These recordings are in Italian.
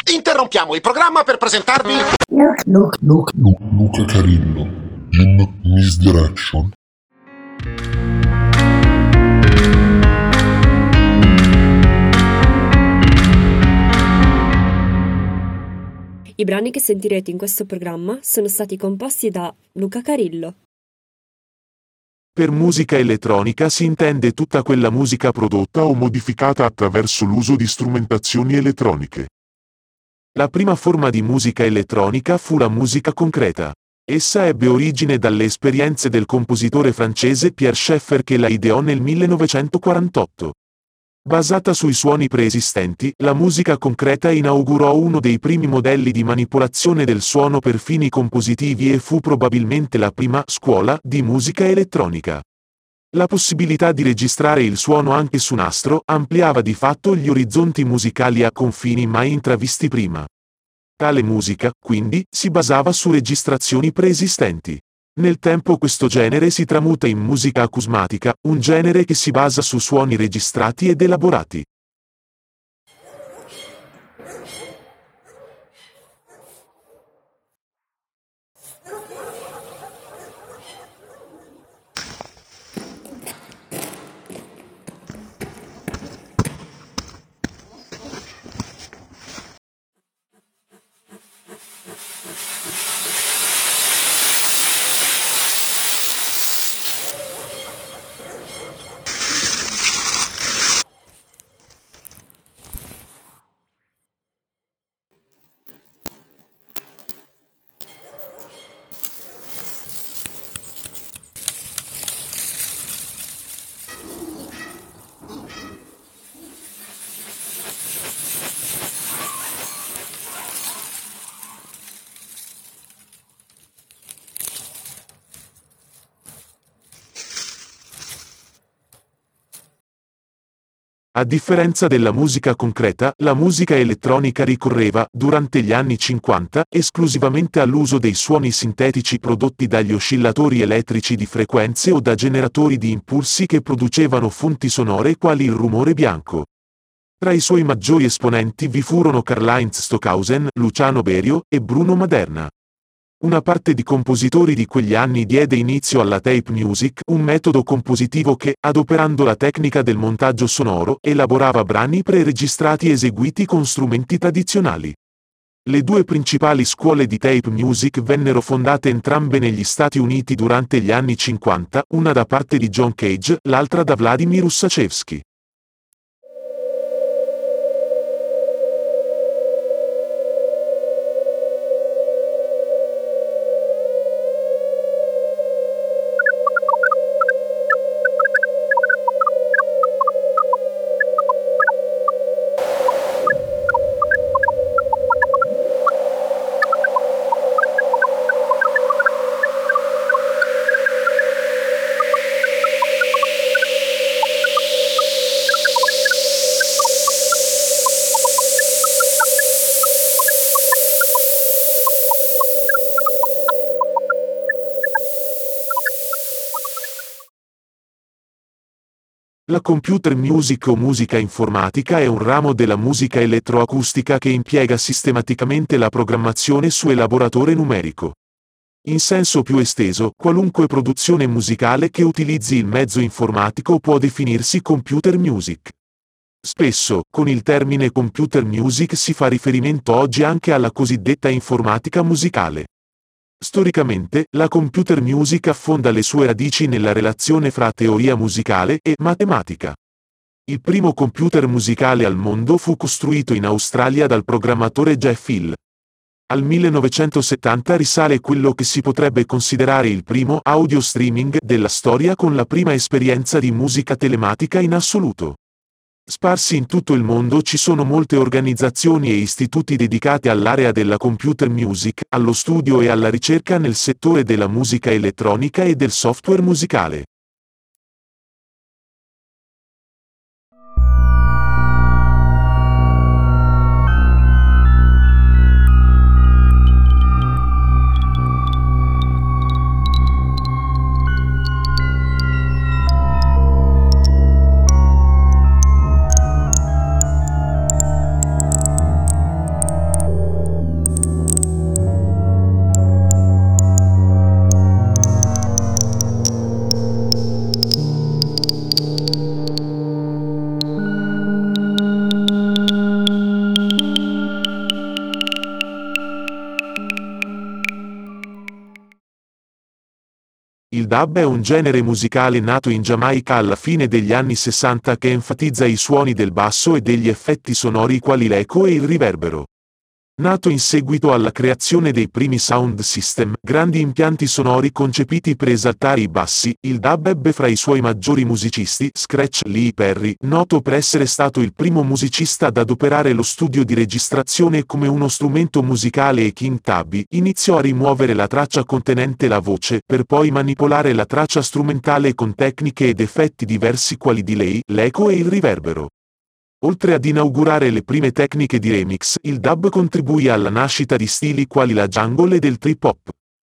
Interrompiamo il programma per presentarvi Luca Carillo in Misdirection. I brani che sentirete in questo programma sono stati composti da Luca Carillo. Per musica elettronica si intende tutta quella musica prodotta o modificata attraverso l'uso di strumentazioni elettroniche. La prima forma di musica elettronica fu la musica concreta. Essa ebbe origine dalle esperienze del compositore francese Pierre Schaeffer che la ideò nel 1948. Basata sui suoni preesistenti, la musica concreta inaugurò uno dei primi modelli di manipolazione del suono per fini compositivi e fu probabilmente la prima scuola di musica elettronica. La possibilità di registrare il suono anche su nastro ampliava di fatto gli orizzonti musicali a confini mai intravisti prima. Tale musica, quindi, si basava su registrazioni preesistenti. Nel tempo questo genere si tramuta in musica acusmatica, un genere che si basa su suoni registrati ed elaborati. A differenza della musica concreta, la musica elettronica ricorreva, durante gli anni 50, esclusivamente all'uso dei suoni sintetici prodotti dagli oscillatori elettrici di frequenze o da generatori di impulsi che producevano fonti sonore quali il rumore bianco. Tra i suoi maggiori esponenti vi furono Karlheinz Stockhausen, Luciano Berio e Bruno Maderna. Una parte di compositori di quegli anni diede inizio alla tape music, un metodo compositivo che, adoperando la tecnica del montaggio sonoro, elaborava brani pre-registrati eseguiti con strumenti tradizionali. Le due principali scuole di tape music vennero fondate entrambe negli Stati Uniti durante gli anni 50, una da parte di John Cage, l'altra da Vladimir Ussachevsky. La computer music o musica informatica è un ramo della musica elettroacustica che impiega sistematicamente la programmazione su elaboratore numerico. In senso più esteso, qualunque produzione musicale che utilizzi il mezzo informatico può definirsi computer music. Spesso, con il termine computer music si fa riferimento oggi anche alla cosiddetta informatica musicale. Storicamente, la computer music affonda le sue radici nella relazione fra teoria musicale e matematica. Il primo computer musicale al mondo fu costruito in Australia dal programmatore Jeff Hill. Al 1970 risale quello che si potrebbe considerare il primo audio streaming della storia con la prima esperienza di musica telematica in assoluto. Sparsi in tutto il mondo ci sono molte organizzazioni e istituti dedicati all'area della computer music, allo studio e alla ricerca nel settore della musica elettronica e del software musicale. Il dub è un genere musicale nato in Giamaica alla fine degli anni 60 che enfatizza i suoni del basso e degli effetti sonori quali l'eco e il riverbero. Nato in seguito alla creazione dei primi sound system, grandi impianti sonori concepiti per esaltare i bassi, il dub ebbe fra i suoi maggiori musicisti Scratch Lee Perry, noto per essere stato il primo musicista ad adoperare lo studio di registrazione come uno strumento musicale, e King Tubby iniziò a rimuovere la traccia contenente la voce per poi manipolare la traccia strumentale con tecniche ed effetti diversi quali delay, l'eco e il riverbero. Oltre ad inaugurare le prime tecniche di remix, il dub contribuì alla nascita di stili quali la jungle e del trip hop.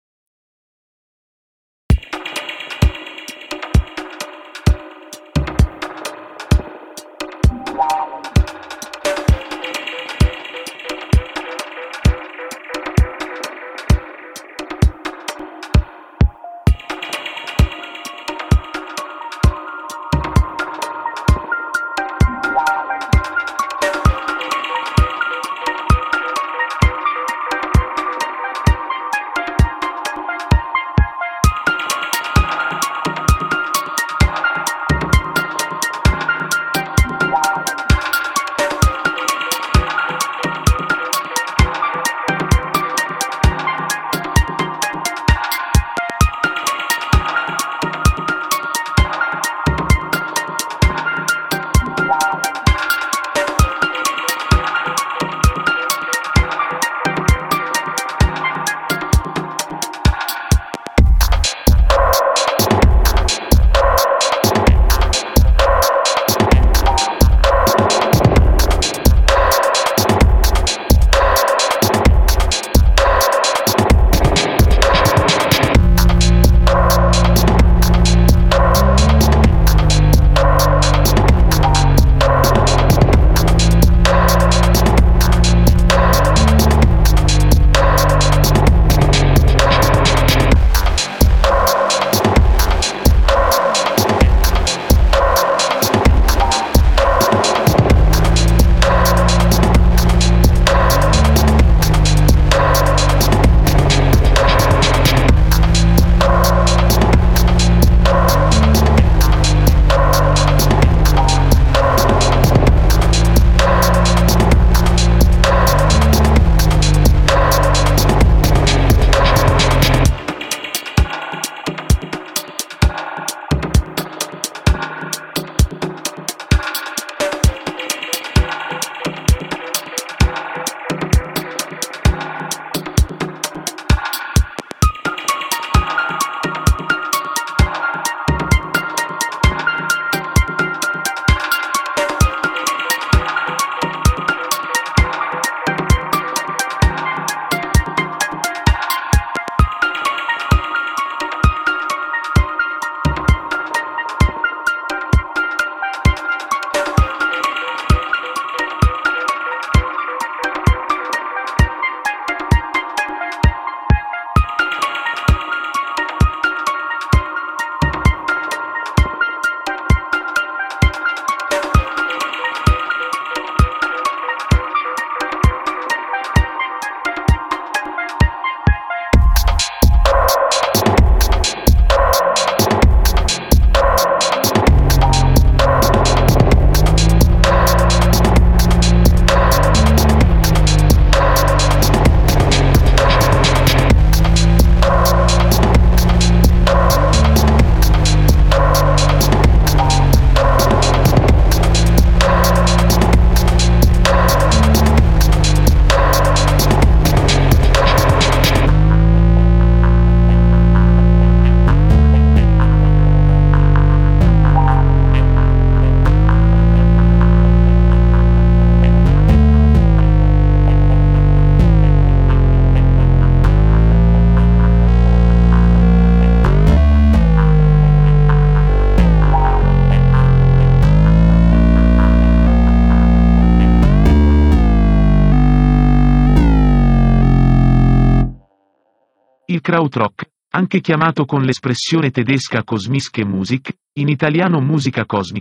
Il krautrock, anche chiamato con l'espressione tedesca Kosmische Musik, in italiano musica cosmica,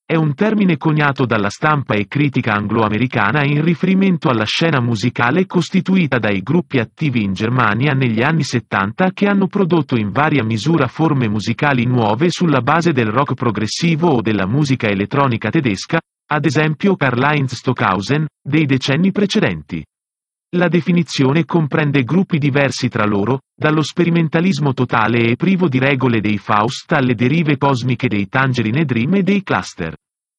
è un termine coniato dalla stampa e critica anglo-americana in riferimento alla scena musicale costituita dai gruppi attivi in Germania negli anni 70 che hanno prodotto in varia misura forme musicali nuove sulla base del rock progressivo o della musica elettronica tedesca, ad esempio Karlheinz Stockhausen, dei decenni precedenti. La definizione comprende gruppi diversi tra loro, dallo sperimentalismo totale e privo di regole dei Faust alle derive cosmiche dei Tangerine Dream e dei Cluster.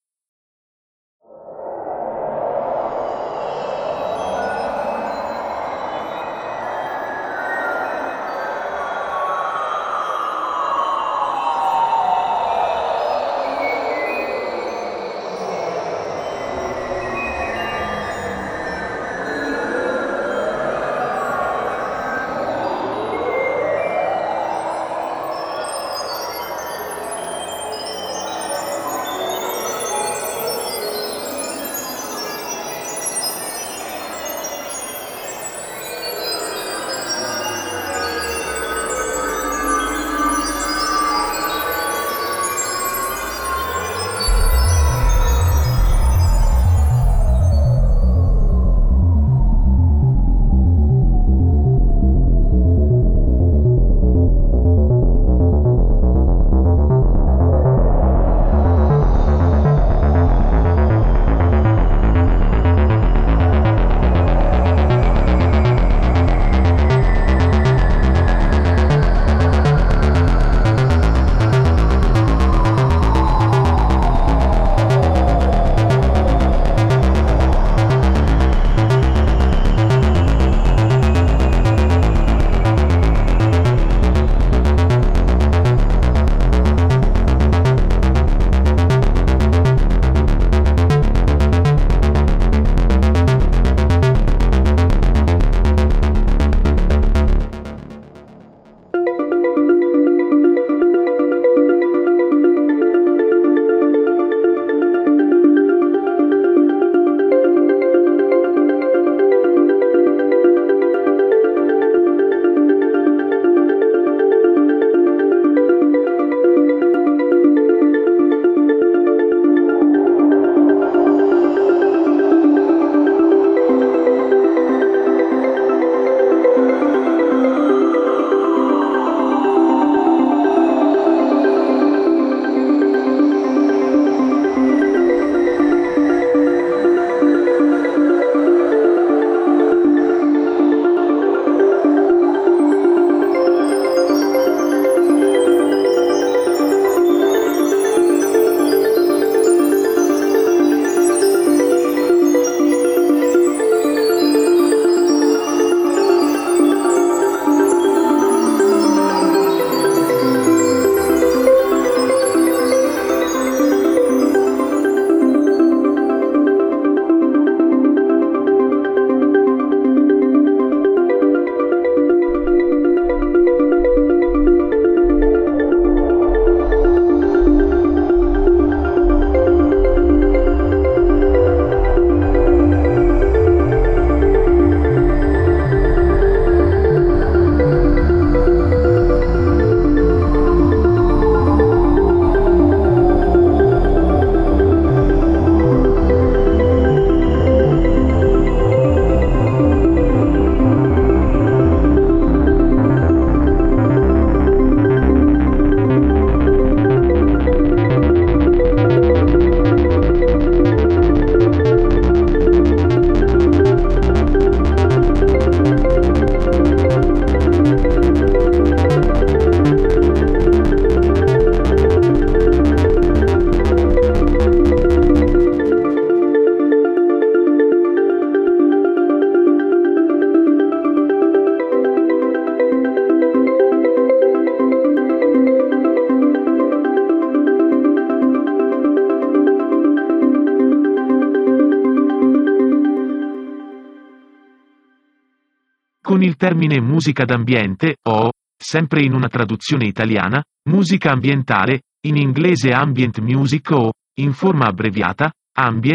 Con il termine musica d'ambiente, o, sempre in una traduzione italiana, musica ambientale, in inglese ambient music o, in forma abbreviata, ambient,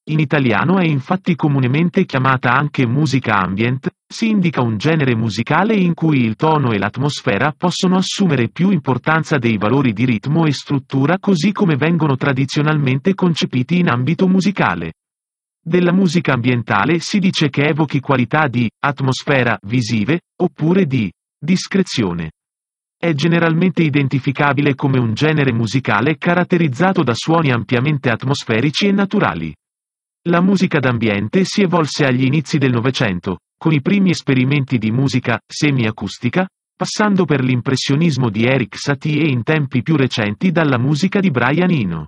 In italiano è infatti comunemente chiamata anche musica ambient, si indica un genere musicale in cui il tono e l'atmosfera possono assumere più importanza dei valori di ritmo e struttura così come vengono tradizionalmente concepiti in ambito musicale. Della musica ambientale si dice che evochi qualità di atmosfera visive, oppure di discrezione. È generalmente identificabile come un genere musicale caratterizzato da suoni ampiamente atmosferici e naturali. La musica d'ambiente si evolse agli inizi del Novecento, con i primi esperimenti di musica semiacustica, passando per l'impressionismo di Erik Satie e in tempi più recenti dalla musica di Brian Eno.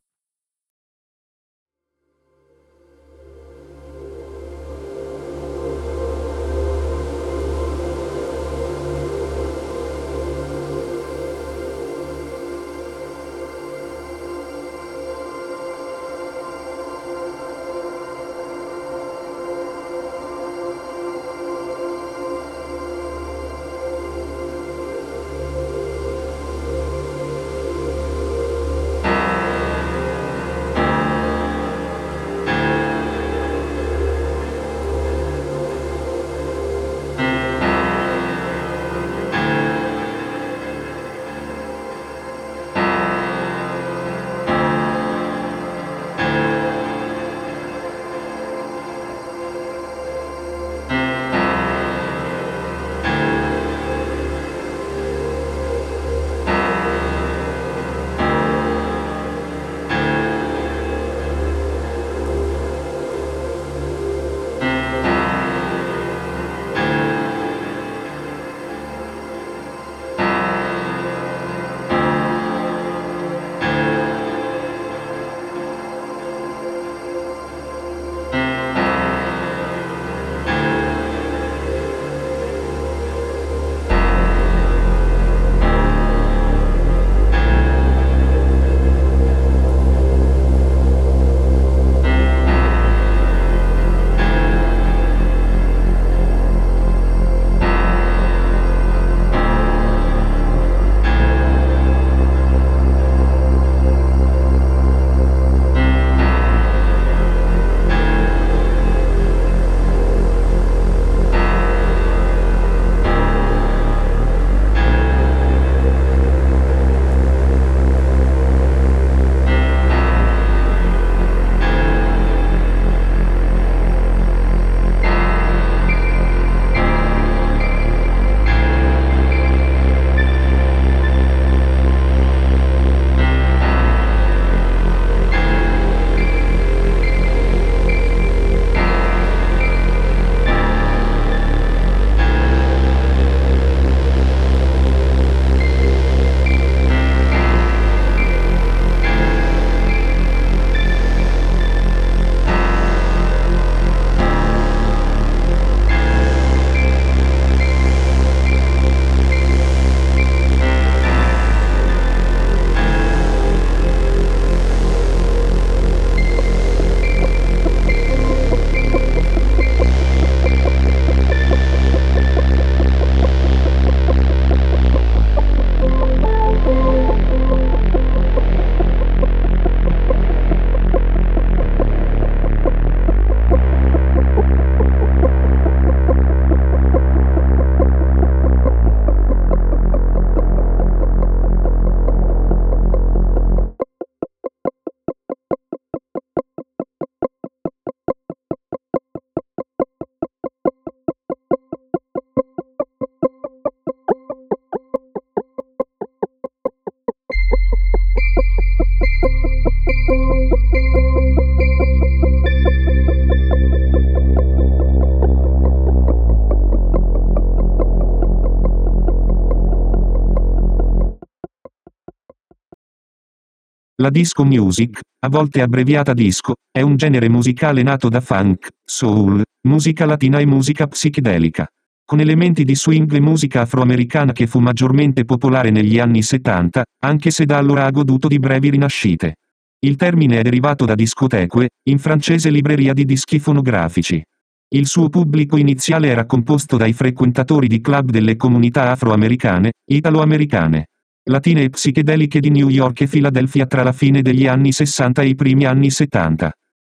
La disco music, a volte abbreviata disco, è un genere musicale nato da funk, soul, musica latina e musica psichedelica. Con elementi di swing e musica afroamericana che fu maggiormente popolare negli anni 70, anche se da allora ha goduto di brevi rinascite. Il termine è derivato da discoteque, in francese libreria di dischi fonografici. Il suo pubblico iniziale era composto dai frequentatori di club delle comunità afroamericane, italo-americane, latine e psichedeliche di New York e Filadelfia tra la fine degli anni 60 e i primi anni 70.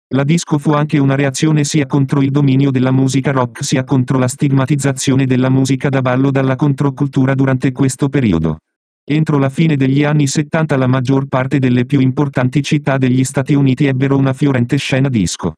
La disco fu anche una reazione sia contro il dominio della musica rock sia contro la stigmatizzazione della musica da ballo dalla controcultura durante questo periodo. Entro la fine degli anni 70 la maggior parte delle più importanti città degli Stati Uniti ebbero una fiorente scena disco.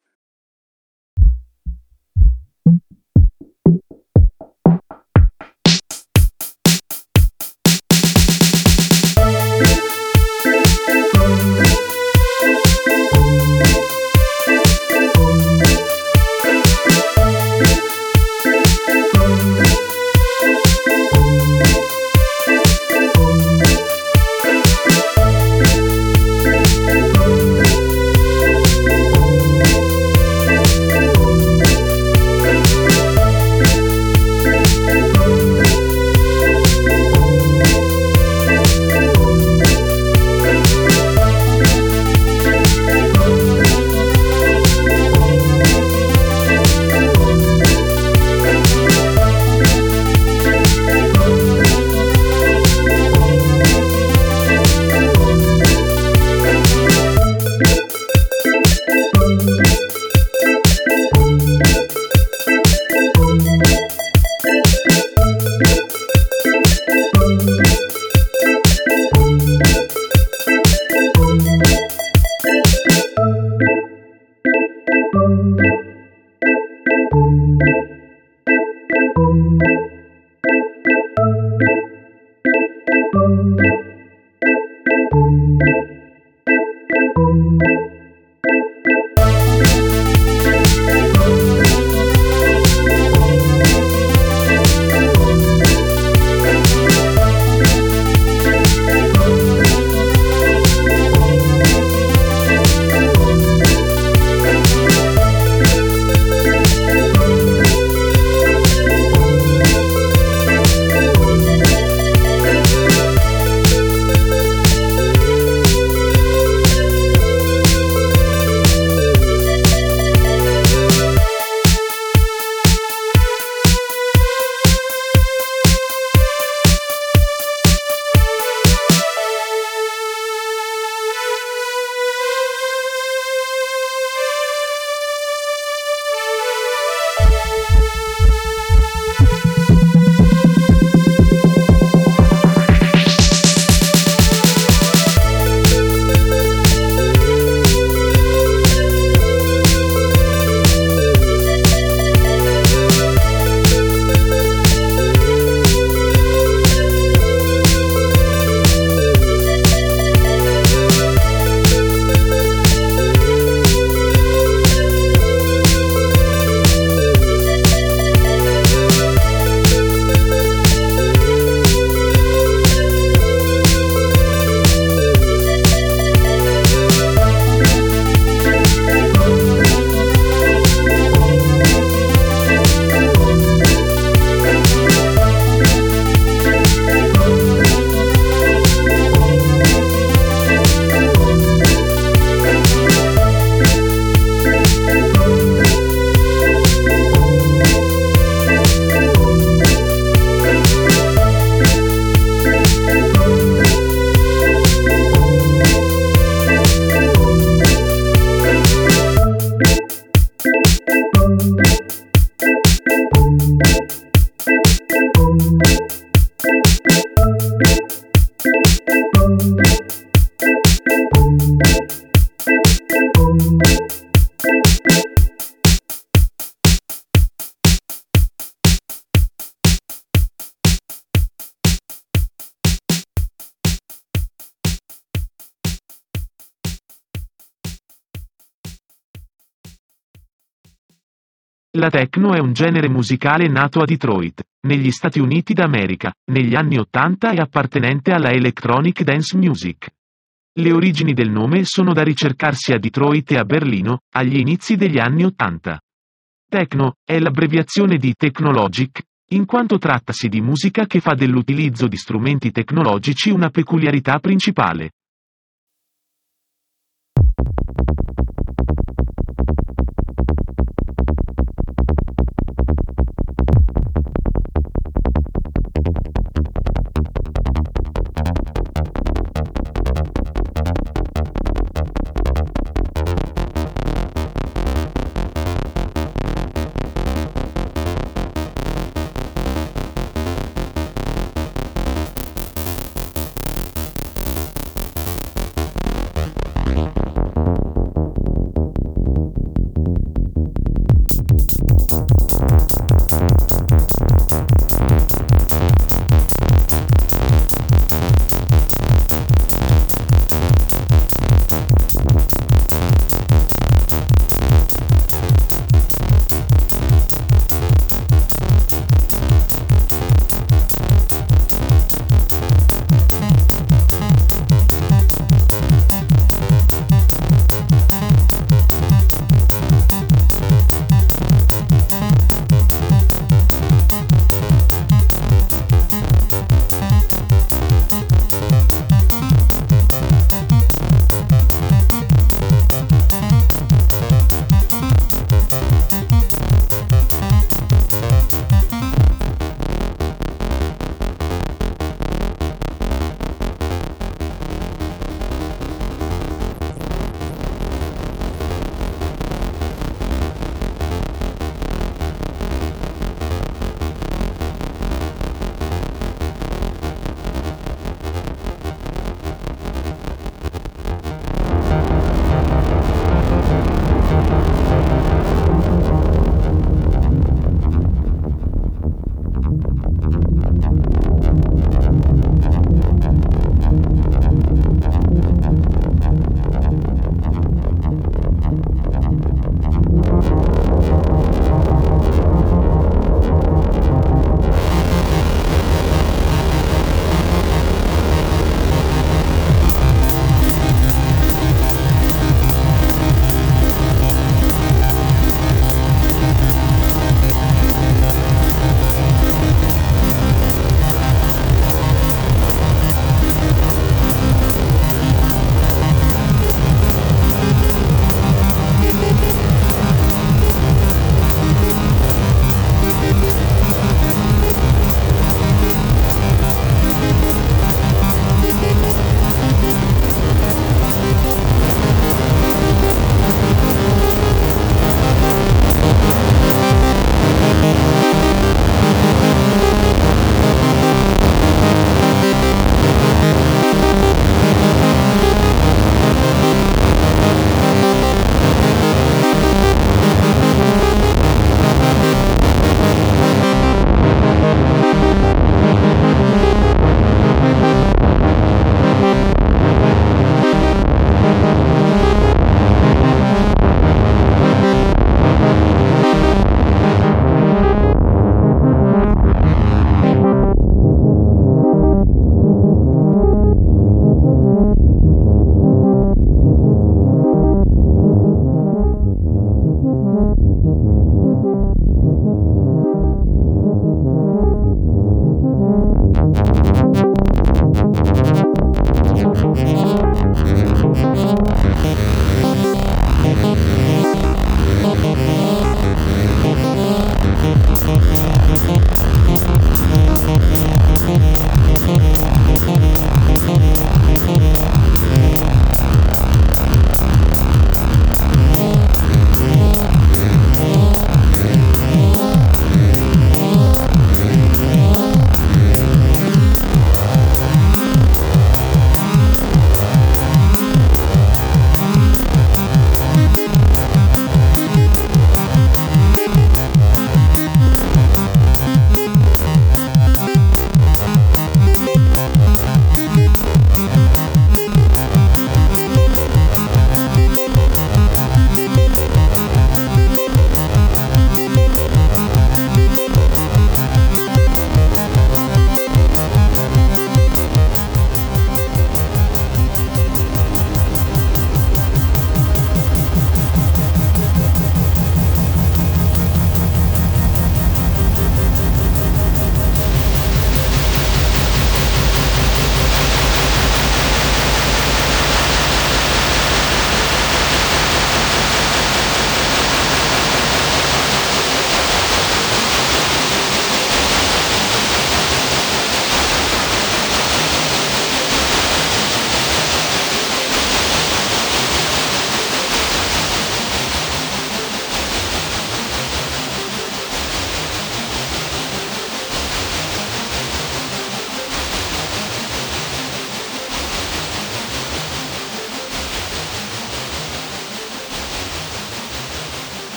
La techno è un genere musicale nato a Detroit, negli Stati Uniti d'America, negli anni '80 e appartenente alla electronic dance music. Le origini del nome sono da ricercarsi a Detroit e a Berlino, agli inizi degli anni '80. Techno è l'abbreviazione di technologic, in quanto trattasi di musica che fa dell'utilizzo di strumenti tecnologici una peculiarità principale.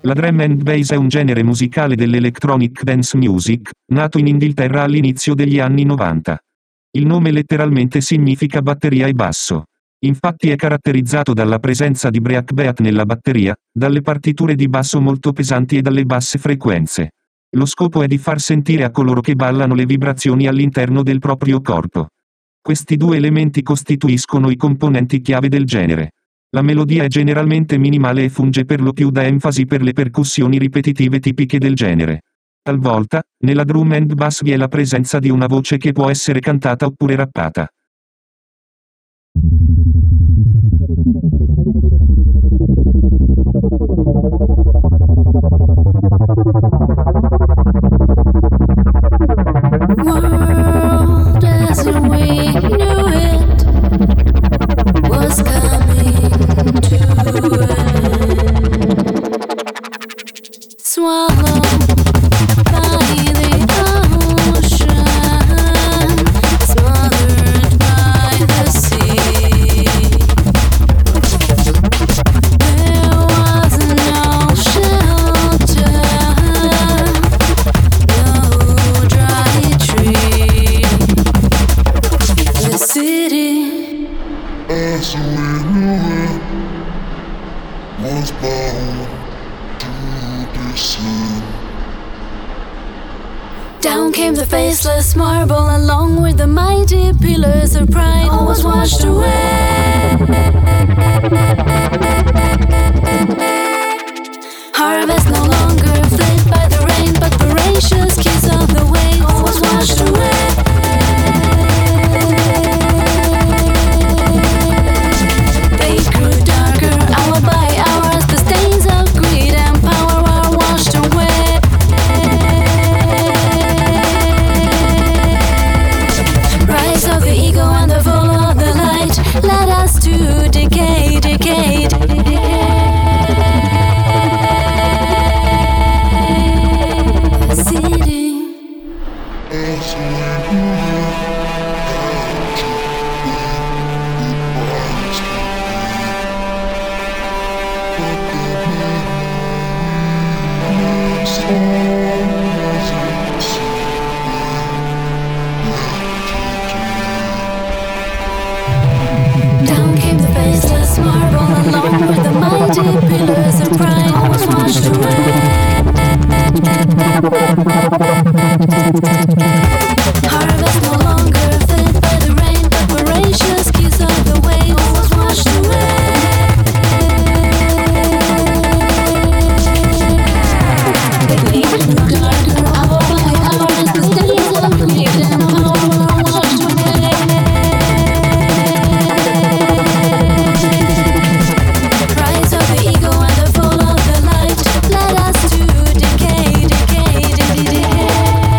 La drum and bass è un genere musicale dell'electronic dance music, nato in Inghilterra all'inizio degli anni 90. Il nome letteralmente significa batteria e basso. Infatti è caratterizzato dalla presenza di breakbeat nella batteria, dalle partiture di basso molto pesanti e dalle basse frequenze. Lo scopo è di far sentire a coloro che ballano le vibrazioni all'interno del proprio corpo. Questi due elementi costituiscono i componenti chiave del genere. La melodia è generalmente minimale e funge per lo più da enfasi per le percussioni ripetitive tipiche del genere. Talvolta, nella drum and bass vi è la presenza di una voce che può essere cantata oppure rappata. World as we knew it was coming to an end. Swallowed by the ocean, smothered by the sea. There was no shelter, no dry tree. The city as we knew it was bound to descend. down came the faceless marble, along with the mighty pillars of pride. All was washed away. Harvest no longer fed by the rain, but voracious kiss of the waves. All was washed away. Fate grew darker hour by hour as the stains of greed and power were washed away. Rise of the ego and the fall of the light led us to decay, decay, decay. City As we knew it down came the faceless marble, along with the mighty pillars of pride. All was washed away. Harvest no longer fed by the rain, but voracious kiss of the waves. All was washed away. The gleam grew darker hour by hour as the stains of greed and power were washed away. Rise of the ego and the fall of the light led us to decay, decay, decay.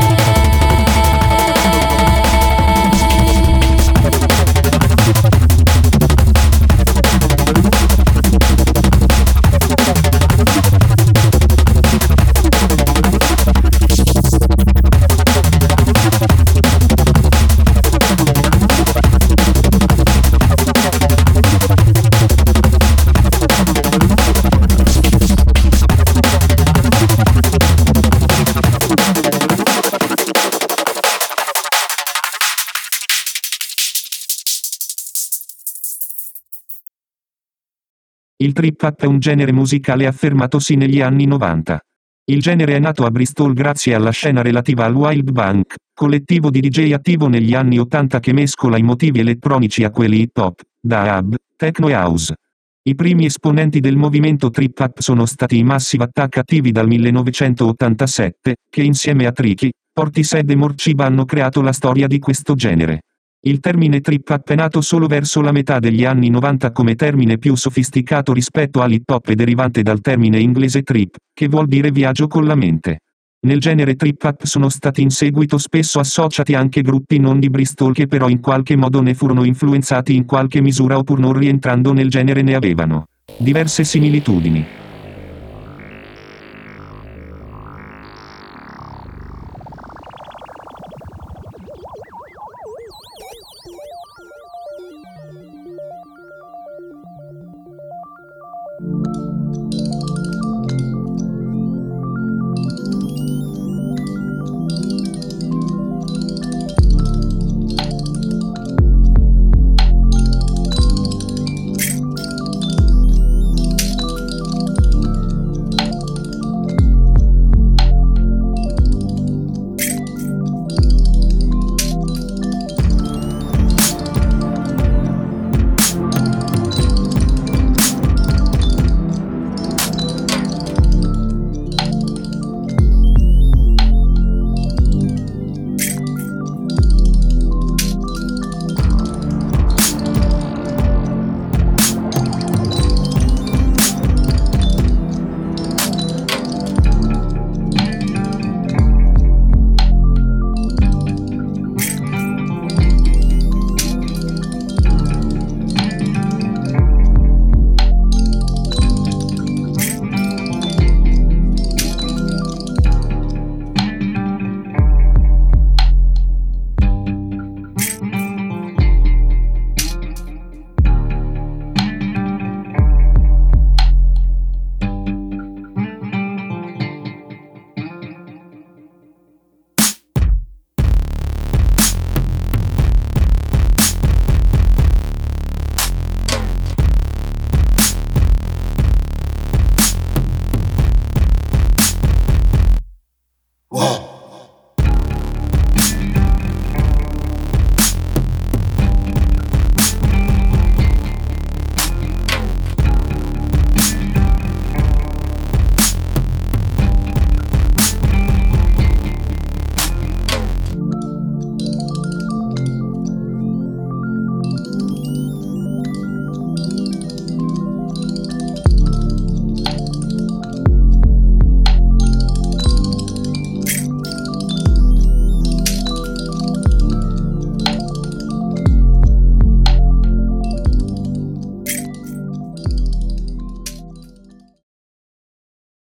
Il trip-hop è un genere musicale affermatosi negli anni 90. Il genere è nato a Bristol grazie alla scena relativa al Wild Bank, collettivo di DJ attivo negli anni 80 che mescola i motivi elettronici a quelli hip-hop, dub, techno e house. I primi esponenti del movimento trip-hop sono stati i Massive Attack attivi dal 1987, che insieme a Tricky, Portishead e Morcheeba hanno creato la storia di questo genere. Il termine trip-hop è nato solo verso la metà degli anni 90 come termine più sofisticato rispetto all'hip hop e derivante dal termine inglese trip, che vuol dire viaggio con la mente. Nel genere trip-hop sono stati in seguito spesso associati anche gruppi non di Bristol che però in qualche modo ne furono influenzati in qualche misura o pur non rientrando nel genere ne avevano diverse similitudini.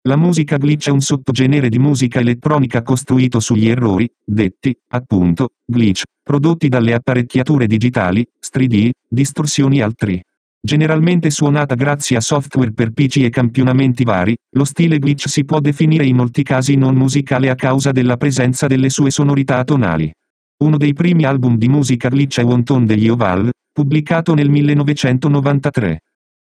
La musica glitch è un sottogenere di musica elettronica costruito sugli errori, detti, appunto, glitch, prodotti dalle apparecchiature digitali, 3D, distorsioni altri. Generalmente suonata grazie a software per PC e campionamenti vari, lo stile glitch si può definire in molti casi non musicale a causa della presenza delle sue sonorità atonali. Uno dei primi album di musica glitch è Wonton degli Oval, pubblicato nel 1993.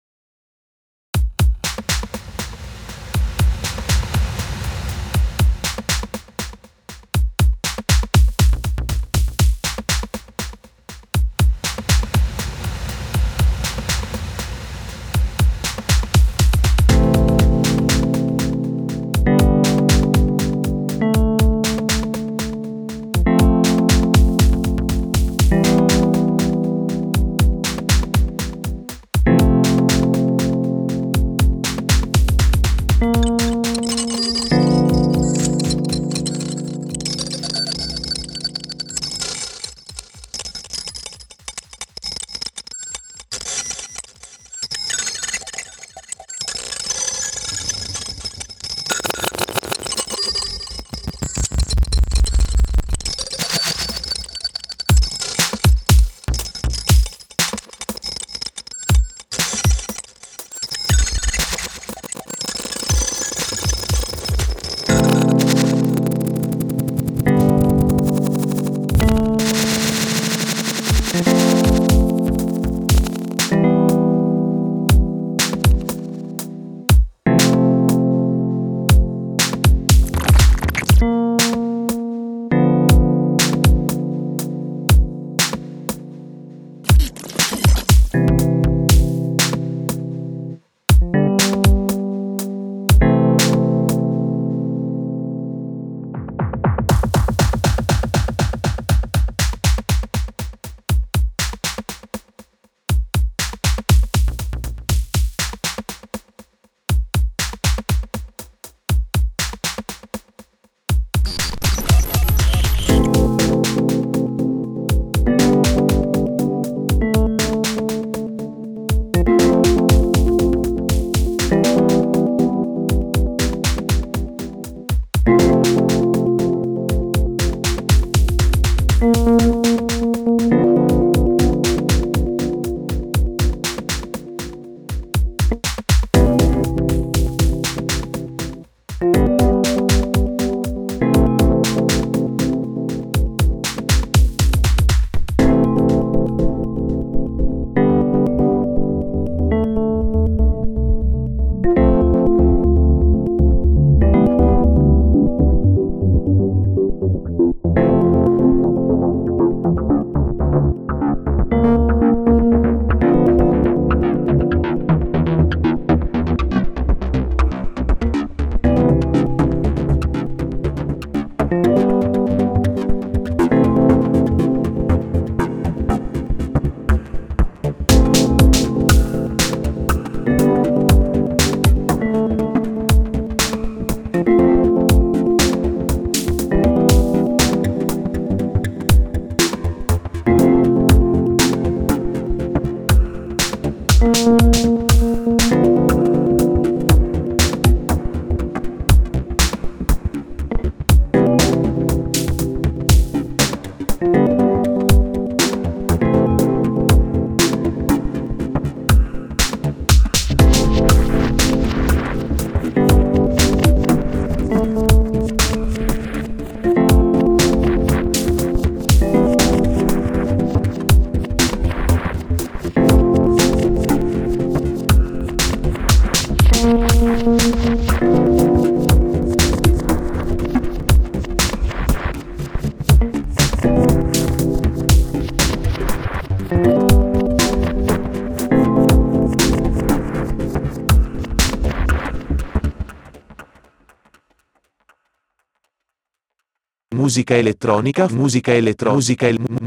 Musica elettronica, musica elettronica,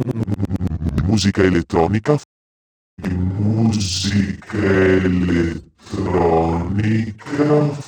Musica elettronica. Musica elettronica.